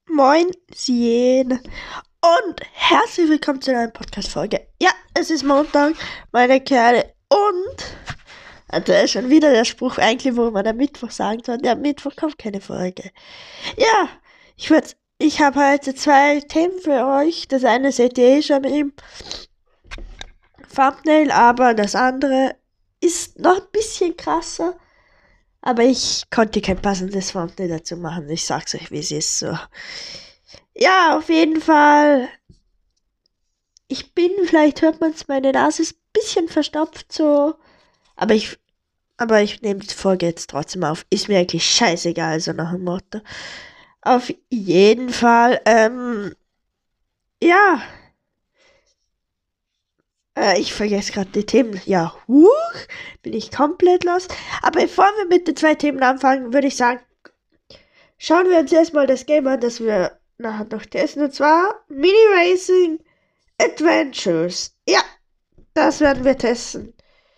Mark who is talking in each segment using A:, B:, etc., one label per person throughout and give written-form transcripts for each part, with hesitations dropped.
A: Moin, Sien. Und herzlich willkommen zu einer neuen Podcast-Folge. Ja, es ist Montag, meine Kerle. Und, also ist schon wieder der Spruch eigentlich, wo man am Mittwoch sagen soll, ja, am Mittwoch kommt keine Folge. Ja, ich habe heute zwei Themen für euch. Das eine seht ihr eh schon im Thumbnail, aber das andere ist noch ein bisschen krasser. Aber ich konnte kein passendes Thumbnail dazu machen. Ich sag's euch, wie es ist, so. Ja, auf jeden Fall. Vielleicht hört man es, meine Nase ist ein bisschen verstopft so. Aber ich, aber ich nehme die Folge jetzt trotzdem auf. Ist mir eigentlich scheißegal, so nach dem Motto. Auf jeden Fall, ja, ich vergesse gerade die Themen. Ja, bin ich komplett los. Aber bevor wir mit den zwei Themen anfangen, würde ich sagen, schauen wir uns erstmal das Game an, das wir nachher noch testen. Und zwar Mini Racing Adventures. Ja, das werden wir testen.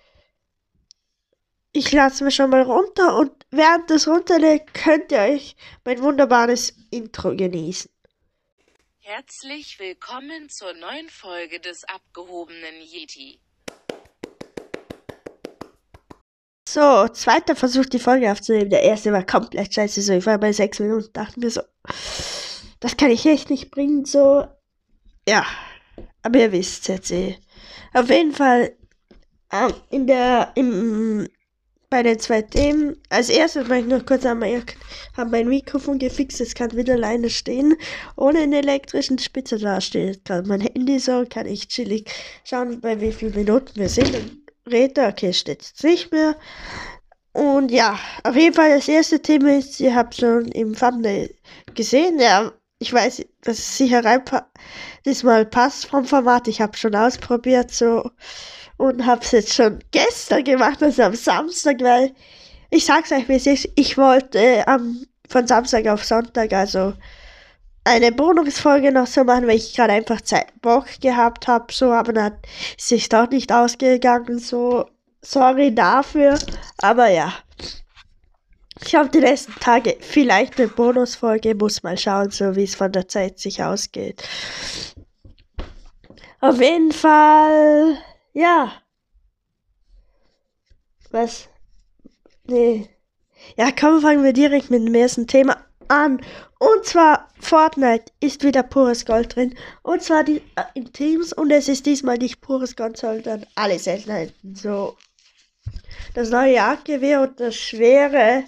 A: Ich lade es mir schon mal runter und während das runterlädt, könnt ihr euch mein wunderbares Intro genießen.
B: Herzlich willkommen zur neuen Folge des abgehobenen Yeti.
A: So, zweiter Versuch, die Folge aufzunehmen. Der erste war komplett scheiße. So, ich war bei 6 Minuten, dachte mir so, das kann ich echt nicht bringen. So, ja, aber ihr wisst jetzt eh. Auf jeden Fall, bei den zwei Themen. Als erstes möchte ich noch kurz einmal, habe mein Mikrofon gefixt, es kann wieder alleine stehen, ohne einen elektrischen Spitze da steht. Gerade mein Handy so, kann ich chillig schauen, bei wie vielen Minuten wir sind. Und rede, okay, steht jetzt nicht mehr. Und ja, auf jeden Fall das erste Thema ist, ihr habt schon im Thumbnail gesehen, ja, ich weiß, dass es sicher diesmal passt vom Format. Ich habe schon ausprobiert so und habe es jetzt schon gestern gemacht, also am Samstag, weil ich sag's euch, wie es ist, ich wollte von Samstag auf Sonntag also eine Bonusfolge noch so machen, weil ich gerade einfach Bock gehabt habe, so, aber dann ist es doch nicht ausgegangen, so, sorry dafür, aber ja. Ich habe die nächsten Tage vielleicht eine Bonusfolge, muss mal schauen, so wie es von der Zeit sich ausgeht. Auf jeden Fall, ja. Was? Nee. Ja, komm, fangen wir direkt mit dem ersten Thema an. Und zwar, Fortnite ist wieder pures Gold drin. Und zwar in Teams. Und es ist diesmal nicht pures Gold, sondern alle Seltenheiten. So, das neue Jagdgewehr und das schwere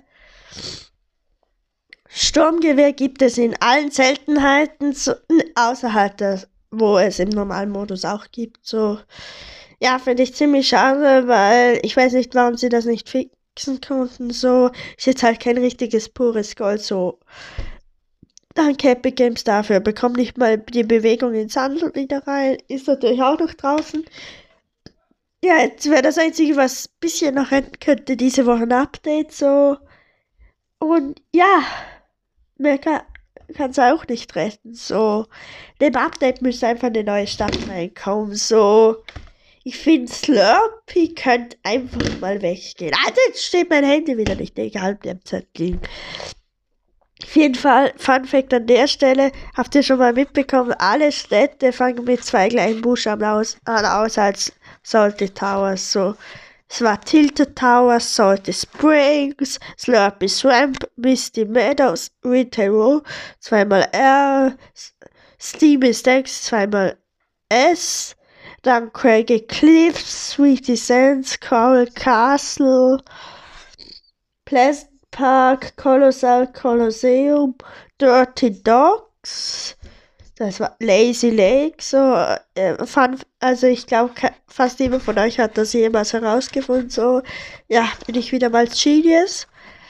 A: Sturmgewehr gibt es in allen Seltenheiten, so, außer halt das, wo es im normalen Modus auch gibt. So, ja, finde ich ziemlich schade, weil ich weiß nicht, warum sie das nicht fixen konnten. So, ist jetzt halt kein richtiges pures Gold. So, danke Epic Games dafür. Bekommt nicht mal die Bewegung ins Handel wieder rein. Ist natürlich auch noch draußen. Ja, jetzt wäre das Einzige, was ein bisschen noch retten könnte, diese Woche ein Update. So, und ja. Mehr kann es auch nicht retten. So, dem Update müsste einfach eine neue Stadt reinkommen. So, ich finde Slurpee könnte einfach mal weggehen. Ah, jetzt steht mein Handy wieder nicht, egal, der Zettel. Auf jeden Fall, Fun Fact an der Stelle, habt ihr schon mal mitbekommen, alle Städte fangen mit zwei gleichen Buchstaben aus als Salty Towers. So, es war Tilted Towers, Salty Springs, Slurpy Swamp, Misty Meadows, Retail Row, zweimal R, Steamy Stacks, zweimal S, dann Craggy Cliffs, Sweetie Sands, Coral Castle, Pleasant Park, Colossal Colosseum, Dirty Dogs, das war Lazy Lake, so, also ich glaube, fast niemand von euch hat das jemals herausgefunden, so, ja, bin ich wieder mal Genius.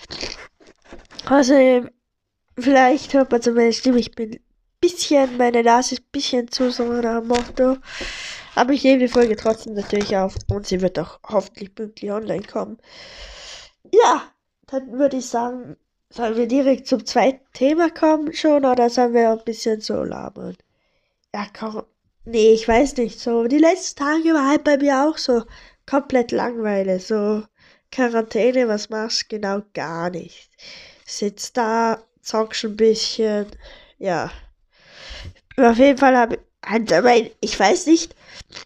A: Also, vielleicht hört man zu meiner Stimme, ich bin meine Nase ist ein bisschen zu so nach dem Motto, aber ich nehme die Folge trotzdem natürlich auf und sie wird auch hoffentlich pünktlich online kommen. Ja, dann würde ich sagen, sollen wir direkt zum zweiten Thema kommen schon oder sollen wir ein bisschen so labern? Ja, komm. Nee, ich weiß nicht. So, die letzten Tage war halt bei mir auch so komplett langweilig. So, Quarantäne, was machst du? Genau gar nicht. Sitzt da, zockst ein bisschen. ja. Auf jeden Fall habe ich weiß nicht,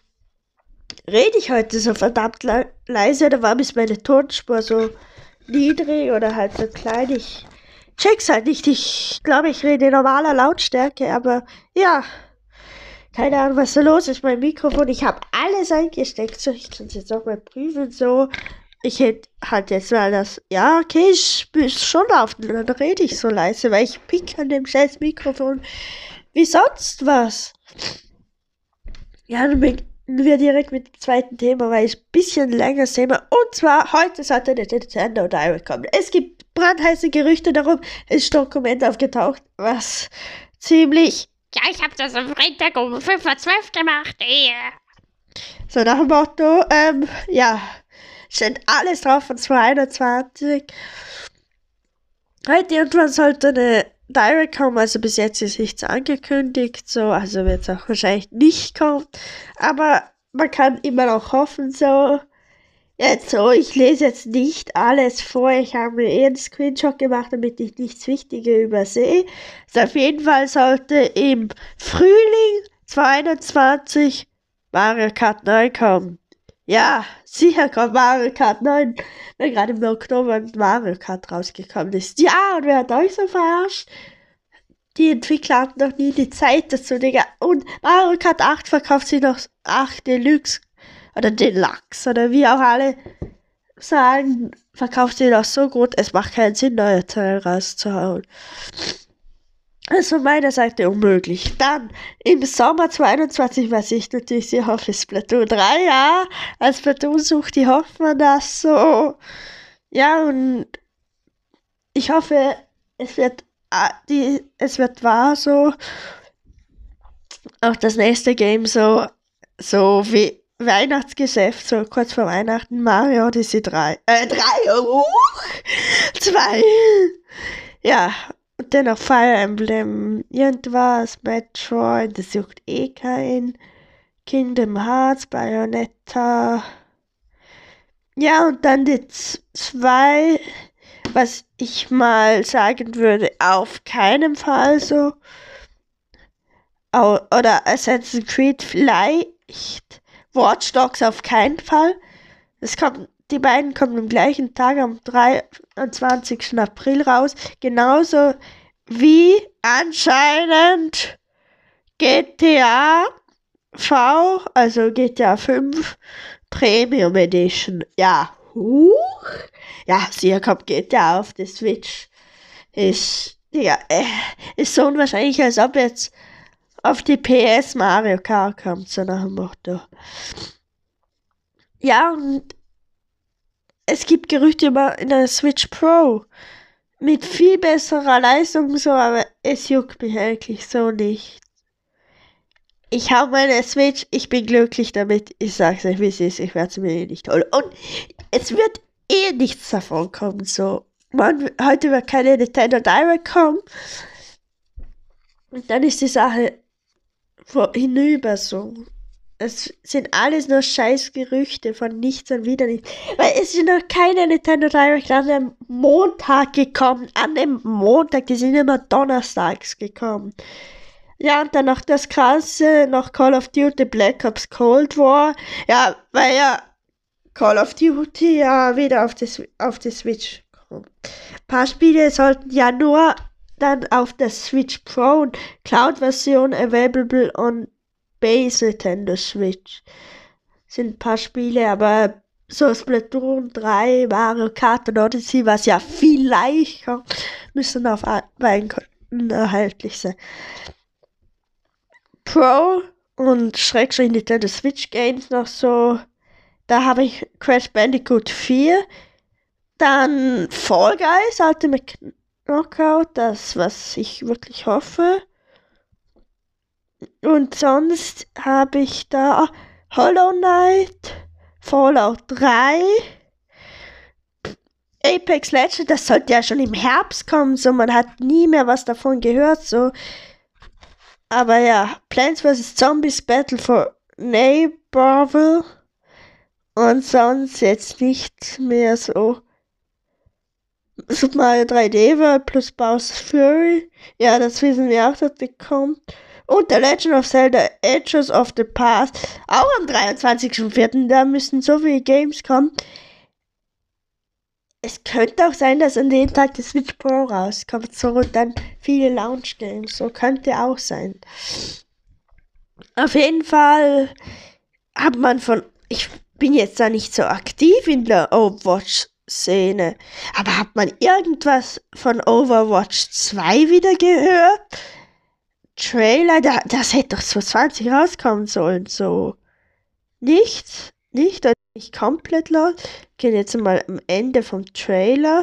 A: rede ich heute so verdammt leise oder warum ist meine Tonspur so niedrig oder halt so klein? Ich check's halt nicht. Ich glaube, ich rede in normaler Lautstärke, aber ja, keine Ahnung, was da los ist. Mein Mikrofon, ich habe alles eingesteckt, so ich kann es jetzt auch mal prüfen, so. Ich hätte halt jetzt mal das, ja, okay, ich bin schon laufen, dann rede ich so leise, weil ich pick an dem scheiß Mikrofon wie sonst was. Ja, dann beginnen wir direkt mit dem zweiten Thema, weil ich ein bisschen längeres Thema, und zwar heute sollte der Nintendo Direct kommen. Es gibt brandheiße Gerüchte darum, es ist Dokument aufgetaucht, was ziemlich,
C: Ja, ich hab das am Freitag um 5:12 gemacht.
A: so nach dem Motto, ja, steht alles drauf von 2021. Heute irgendwann sollte eine Direct kommen, also bis jetzt ist nichts angekündigt, so, also wird es auch wahrscheinlich nicht kommen, aber man kann immer noch hoffen, so. Jetzt so, ich lese jetzt nicht alles vor, ich habe mir einen Screenshot gemacht, damit ich nichts Wichtiges übersehe. Also auf jeden Fall sollte im Frühling 2021 Mario Kart 9 kommen. Ja, sicher kommt Mario Kart 9, weil gerade im Oktober Mario Kart rausgekommen ist. Ja, und wer hat euch so verarscht? Die Entwickler hatten noch nie die Zeit dazu, Digga. Und Mario Kart 8 verkauft sich noch 8 Deluxe oder Deluxe oder wie auch alle sagen, verkauft sich noch so gut, es macht keinen Sinn, neue Teile rauszuhauen. Das ist von meiner Seite unmöglich. Dann, im Sommer 2021, was ich natürlich sehr hoffe, ist Splatoon 3, ja. Als Splatoon sucht, die hofft man das so. Ja, und ich hoffe, es wird wahr so. Auch das nächste Game so wie Weihnachtsgeschäft, so kurz vor Weihnachten, Mario Odyssey 3. 2. Ja, und dann noch Fire Emblem, irgendwas, Metroid, das juckt eh kein. Kingdom Hearts, Bayonetta. Ja, und dann die 2, was ich mal sagen würde, auf keinen Fall so. Oder Assassin's Creed vielleicht. Watch Dogs auf keinen Fall. Die beiden kommen am gleichen Tag, am 23. April raus. Genauso wie anscheinend GTA V, also GTA 5 Premium Edition. Ja, ja, sicher kommt GTA auf die Switch. Ist so unwahrscheinlich, als ob jetzt auf die PS Mario Kart kommt, so nach dem Motto. Ja, und es gibt Gerüchte über eine Switch Pro mit viel besserer Leistung, so, aber es juckt mich eigentlich so nicht. Ich habe meine Switch, ich bin glücklich damit, ich sag's euch, wie es ist, ich werde sie mir nicht holen. Und es wird eh nichts davon kommen, so. Heute wird keine Nintendo Direct kommen. Und dann ist die Sache hinüber so. Es sind alles nur scheiß Gerüchte von nichts und wieder nichts. Weil es ist noch keine Nintendo Direct an dem Montag gekommen. An dem Montag, die sind immer donnerstags gekommen. Ja, und dann noch das Krasse, noch Call of Duty Black Ops Cold War. Ja, weil ja Call of Duty ja wieder auf die Switch kommt. Ein paar Spiele sollten ja nur dann auf der Switch Pro und Cloud-Version available on Base Nintendo Switch. Sind ein paar Spiele, aber so Splatoon 3, Mario Kart und Odyssey, was ja viel leichter, müssen auf beiden Konten erhältlich sein. Pro und Schrägstrich Nintendo Switch Games noch so. Da habe ich Crash Bandicoot 4. Dann Fall Guys Ultimate Knockout, das, was ich wirklich hoffe. Und sonst habe ich da Hollow Knight, Fallout 3, Apex Legends, das sollte ja schon im Herbst kommen, so man hat nie mehr was davon gehört, so. Aber ja, Plants vs. Zombies Battle for Neighborville und sonst jetzt nichts mehr so. Super Mario 3D World plus Bowser's Fury. Ja, das wissen wir auch, dass die kommt. Und The Legend of Zelda Edges of the Past. Auch am 23.04. Da müssen so viele Games kommen. Es könnte auch sein, dass an dem Tag die Switch Pro rauskommt. So und dann viele Launch Games. So könnte auch sein. Auf jeden Fall hat man ich bin jetzt da nicht so aktiv in der Overwatch-Szene, aber hat man irgendwas von Overwatch 2 wieder gehört? Trailer, das hätte doch 2020 rauskommen sollen, so. Nicht, oder nicht komplett laut. Gehen jetzt mal am Ende vom Trailer.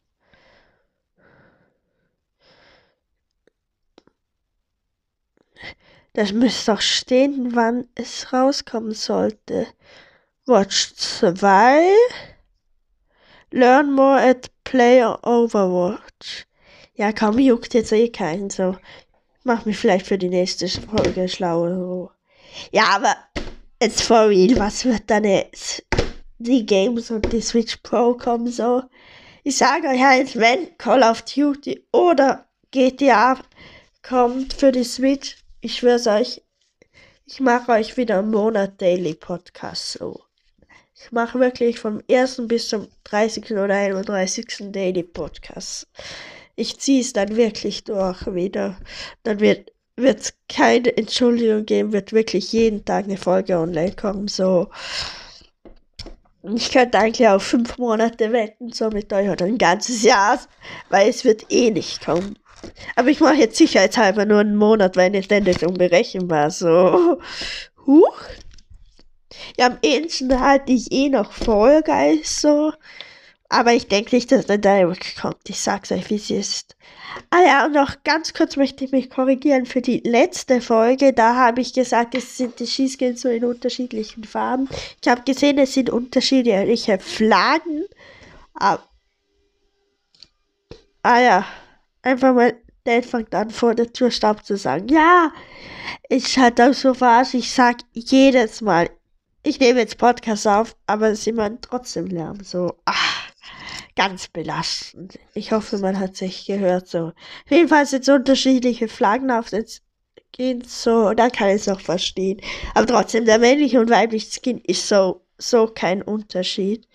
A: Das müsste doch stehen, wann es rauskommen sollte. Watch 2. Learn more at Play Overwatch. Ja, komm, juckt jetzt eh keinen so. Mach mich vielleicht für die nächste Folge schlauer. So. Ja, aber jetzt for real, was wird dann jetzt? Die Games und die Switch Pro kommen so. Ich sage euch halt, wenn Call of Duty oder GTA kommt für die Switch, ich schwör's euch, ich mache euch wieder einen Monat Daily Podcast so. Ich mache wirklich vom 1. bis zum 30. oder 31. Daily Podcast. Ich ziehe es dann wirklich durch wieder. Dann wird es keine Entschuldigung geben, wird wirklich jeden Tag eine Folge online kommen. So. Ich könnte eigentlich auch 5 Monate wetten, so mit euch oder ein ganzes Jahr, weil es wird eh nicht kommen. Aber ich mache jetzt sicherheitshalber nur einen Monat, weil es dann nicht unberechenbar so. Huch. Ja, am ehesten halte ich eh noch Fall Guys so. Aber ich denke nicht, dass der Direct kommt. Ich sag's euch, wie es ist. Ah ja, und noch ganz kurz möchte ich mich korrigieren für die letzte Folge. Da habe ich gesagt, es sind die Schießskins so in unterschiedlichen Farben. Ich habe gesehen, es sind unterschiedliche Flaggen. Ah ja, einfach mal, der fängt an vor der Tür Staub zu sagen. Ja, ich hatte auch so verarscht. Ich sag jedes Mal, ich nehme jetzt Podcast auf, aber es ist immer trotzdem Lärm. So, ganz belastend. Ich hoffe, man hat sich gehört. So. Auf jeden Fall sind so unterschiedliche Flaggen auf den Skins. So, da kann ich es auch verstehen. Aber trotzdem, der männliche und weibliche Skin ist so kein Unterschied.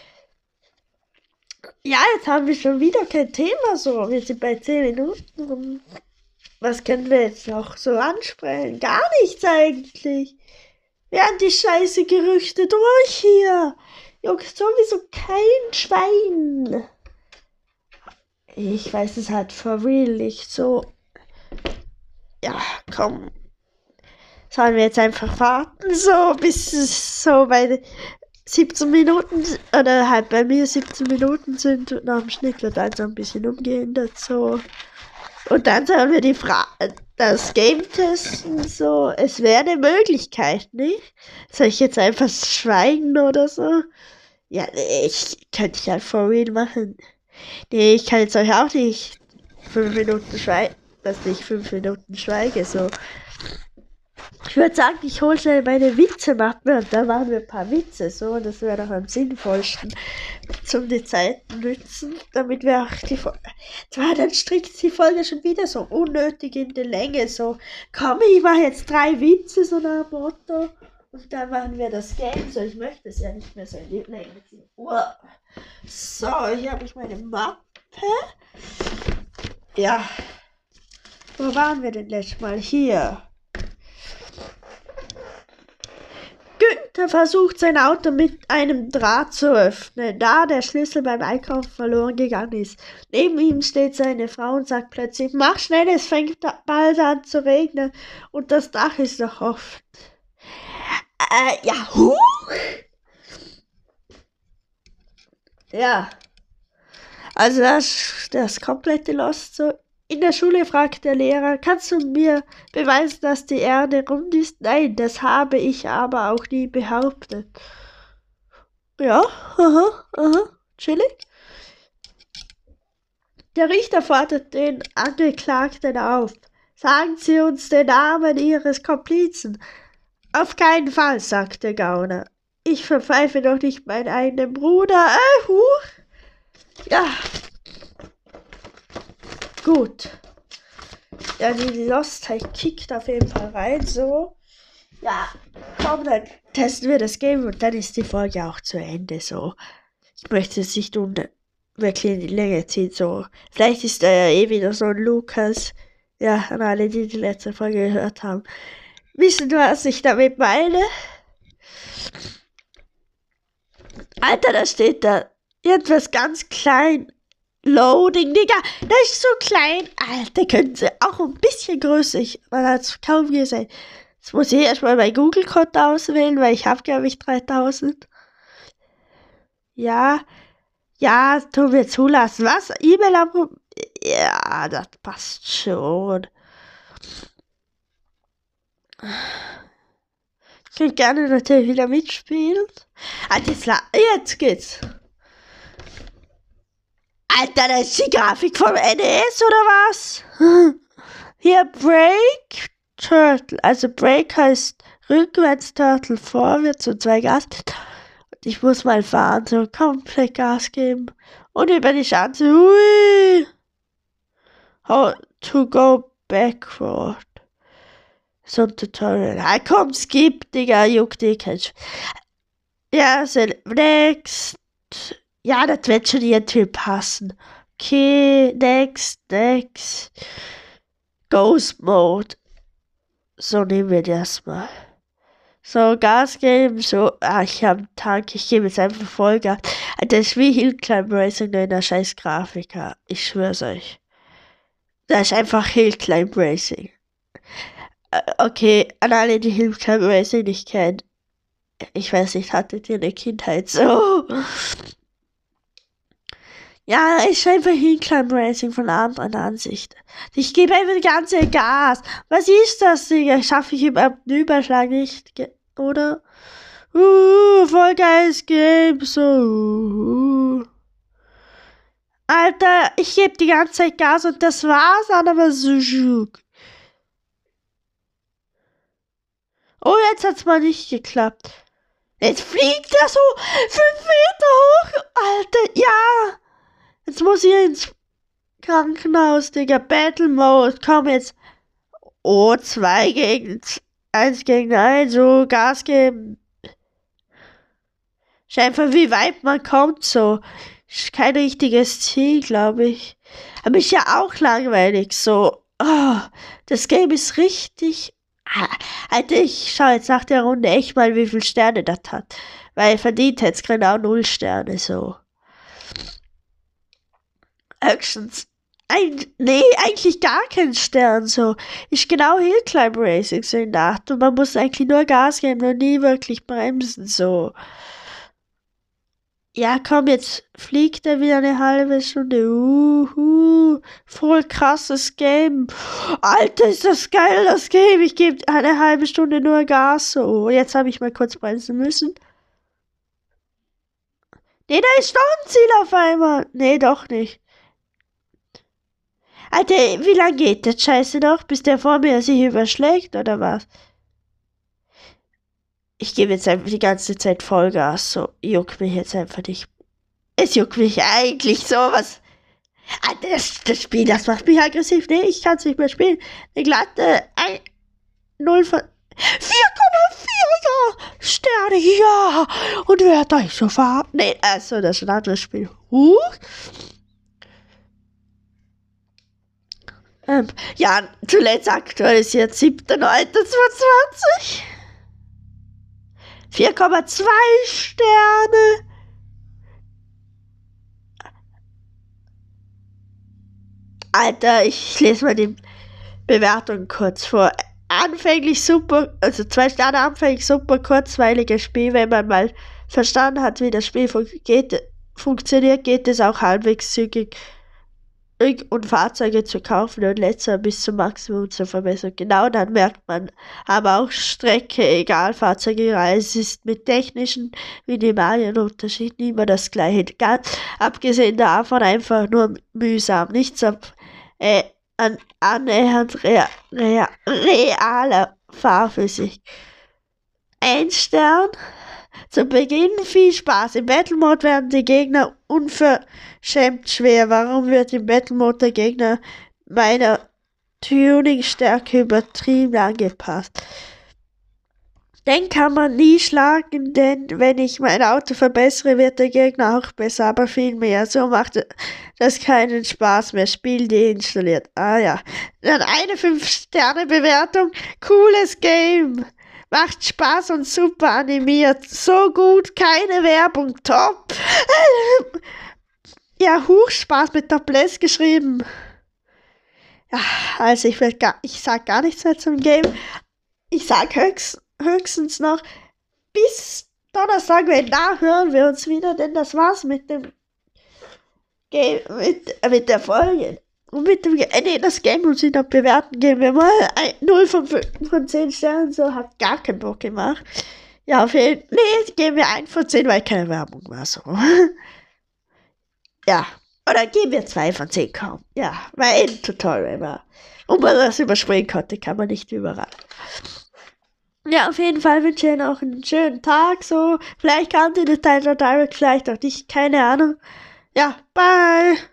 A: Ja, jetzt haben wir schon wieder kein Thema. So, wir sind bei 10 Minuten. Was können wir jetzt noch so ansprechen? Gar nichts eigentlich. Werden die scheiße Gerüchte durch hier. Juckt sowieso kein Schwein. Ich weiß es halt for real nicht so. Ja, komm. Sollen wir jetzt einfach warten, so bis es so bei 17 Minuten oder halt bei mir 17 Minuten sind und nach dem Schnitt wird also ein bisschen umgeändert, so. Und dann sollen wir das Game testen, so. Es wäre eine Möglichkeit, nicht? Soll ich jetzt einfach schweigen oder so? Ja, nee, könnte ich halt for real machen. Nee, ich kann jetzt euch auch nicht 5 Minuten schweigen, dass ich 5 Minuten schweige, so. Ich würde sagen, ich hole schnell meine Witzemappe und dann machen wir ein paar Witze, so. Das wäre doch am sinnvollsten, zum die Zeit nützen, damit wir auch die Folge... Dann strickt die Folge schon wieder so unnötig in die Länge, so. Komm, ich mache jetzt 3 Witze, so nach dem Motto. Und dann machen wir das Game, so. Ich möchte es ja nicht mehr so in die Länge ziehen. So, hier habe ich meine Mappe. Ja. Wo waren wir denn letztes Mal? Hier. Günther versucht sein Auto mit einem Draht zu öffnen, da der Schlüssel beim Einkaufen verloren gegangen ist. Neben ihm steht seine Frau und sagt plötzlich, mach schnell, es fängt bald an zu regnen und das Dach ist noch offen. Ja, huch! Ja, also das komplette Lost so. In der Schule fragt der Lehrer, kannst du mir beweisen, dass die Erde rund ist? Nein, das habe ich aber auch nie behauptet. Ja, chillig. Der Richter fordert den Angeklagten auf. Sagen Sie uns den Namen Ihres Komplizen. Auf keinen Fall, sagt der Gauner. Ich verpfeife doch nicht meinen eigenen Bruder. Ja. Gut. Ja, die Lost Tide kickt auf jeden Fall rein, so. Ja, komm, dann testen wir das Game und dann ist die Folge auch zu Ende, so. Ich möchte es nicht wirklich in die Länge ziehen, so. Vielleicht ist da ja eh wieder so ein Lukas. Ja, an alle, die die letzte Folge gehört haben. Wissen du, was ich damit meine? Alter, da steht da irgendwas ganz klein. Loading, Digga, das ist so klein. Alter, können sie auch ein bisschen größer. Man hat es kaum gesehen. Jetzt muss ich erstmal mein Google-Konto auswählen, weil ich habe, glaube ich, 3000. Ja, tun wir zulassen. Was? E-Mail-Abo? Ja, das passt schon. Ich könnte gerne natürlich wieder mitspielen. Alter, jetzt geht's. Alter, das ist die Grafik vom NES oder was? Hier Break Turtle. Also Break heißt rückwärts, Turtle vorwärts und 2 Gas. Und ich muss mal fahren, so komplett Gas geben. Und über die Schanze. Hui. How to go backward. So ein Tutorial. Ah, komm, skip, Digga, juckt eh kein Ja, so, next. Ja, das wird schon irgendwie passen. Okay, next. Ghost Mode. So, nehmen wir das mal. So, Gas geben, so. Ich habe einen Tank, ich gebe jetzt einfach Vollgas. Das ist wie Hill Climb Racing in der scheiß Grafik. Ich schwör's euch. Das ist einfach Hill Climb Racing. Okay, an alle, die Hill Climb Racing nicht kennen. Ich weiß nicht, hattet ihr eine Kindheit so? Ja, ist einfach Hill Climb Racing von einer anderen Ansicht. Ich gebe einfach die ganze Gas. Was ist das, Digga? Schaffe ich überhaupt einen Überschlag nicht, oder? Voll geiles Game, so. Alter, ich gebe die ganze Zeit Gas und das war's, aber so schuck. Oh, jetzt hat's mal nicht geklappt. Jetzt fliegt er so 5 Meter hoch. Alter, ja. Jetzt muss ich ins Krankenhaus, Digga. Battle Mode. Komm jetzt. Oh, 2 gegen 1 gegen 1. So, Gas geben. Ist einfach, wie weit man kommt, so. Ist kein richtiges Ziel, glaube ich. Aber ist ja auch langweilig, so. Oh, das Game ist richtig. Alter, ich schau jetzt nach der Runde echt mal, wie viele Sterne das hat. Weil verdient jetzt genau 0 Sterne, so. Höchstens. Eigentlich gar kein Stern, so. Ist genau Hill Climb Racing, so in Nacht. Und man muss eigentlich nur Gas geben und nie wirklich bremsen, so. Ja, komm, jetzt fliegt er wieder eine halbe Stunde. Voll krasses Game. Alter, ist das geil, das Game. Ich gebe eine halbe Stunde nur Gas. So, jetzt habe ich mal kurz bremsen müssen. Nee, da ist doch ein Ziel auf einmal. Nee, doch nicht. Alter, wie lange geht das Scheiße noch, bis der vor mir sich überschlägt, oder was? Ich gebe jetzt einfach die ganze Zeit Vollgas, so. Juckt mich jetzt einfach nicht. Es juckt mich eigentlich sowas. Das Spiel, das macht mich aggressiv. Nee, ich kann es nicht mehr spielen. Eine glatte 0 von 4,4 Sterne, ja. Und wer hat euch so verhaben? Nee, also das ist ein anderes Spiel. Ja, zuletzt aktualisiert 7.9.2020. 4,2 Sterne. Alter, ich lese mal die Bewertung kurz vor. Anfänglich super, also 2 Sterne anfänglich super kurzweiliges Spiel. Wenn man mal verstanden hat, wie das Spiel funktioniert, geht es auch halbwegs zügig und Fahrzeuge zu kaufen und letzter bis zum Maximum zu verbessern. Genau, dann merkt man aber auch Strecke, egal, Fahrzeuge, es ist mit technischen minimalen Unterschieden immer das gleiche. Ganz abgesehen davon einfach nur mühsam, nichts annähernd realer Fahrphysik. 1 Stern. Zu Beginn viel Spaß. Im Battle Mode werden die Gegner unverschämt schwer. Warum wird im Battle Mode der Gegner meiner Tuning-Stärke übertrieben angepasst. Den kann man nie schlagen, denn wenn ich mein Auto verbessere, wird der Gegner auch besser, aber viel mehr. So macht das keinen Spaß mehr. Spiel deinstalliert. Ah ja. Dann eine 5-Sterne-Bewertung. Cooles Game. Macht Spaß und super animiert. So gut, keine Werbung. Top. Ja, Spaß mit Doppel-S geschrieben. Ja, also ich sag gar nichts mehr zum Game. Ich sag höchstens noch bis Donnerstag, wenn da hören wir uns wieder, denn das war's mit dem Game, mit der Folge. Und mit dem das Game muss ich noch bewerten, geben wir mal 0 von 10 Sternen, so hat gar keinen Bock gemacht. Ja, auf jeden Fall, geben wir 1 von 10, weil keine Werbung war, so. Ja, oder geben wir 2 von 10, kaum. Ja, weil ein Tutorial war. Und man das überspringen konnte, kann man nicht überall. Ja, auf jeden Fall wünsche ich Ihnen auch einen schönen Tag, so. Vielleicht kannte Nintendo Direct, vielleicht auch nicht, keine Ahnung. Ja, bye!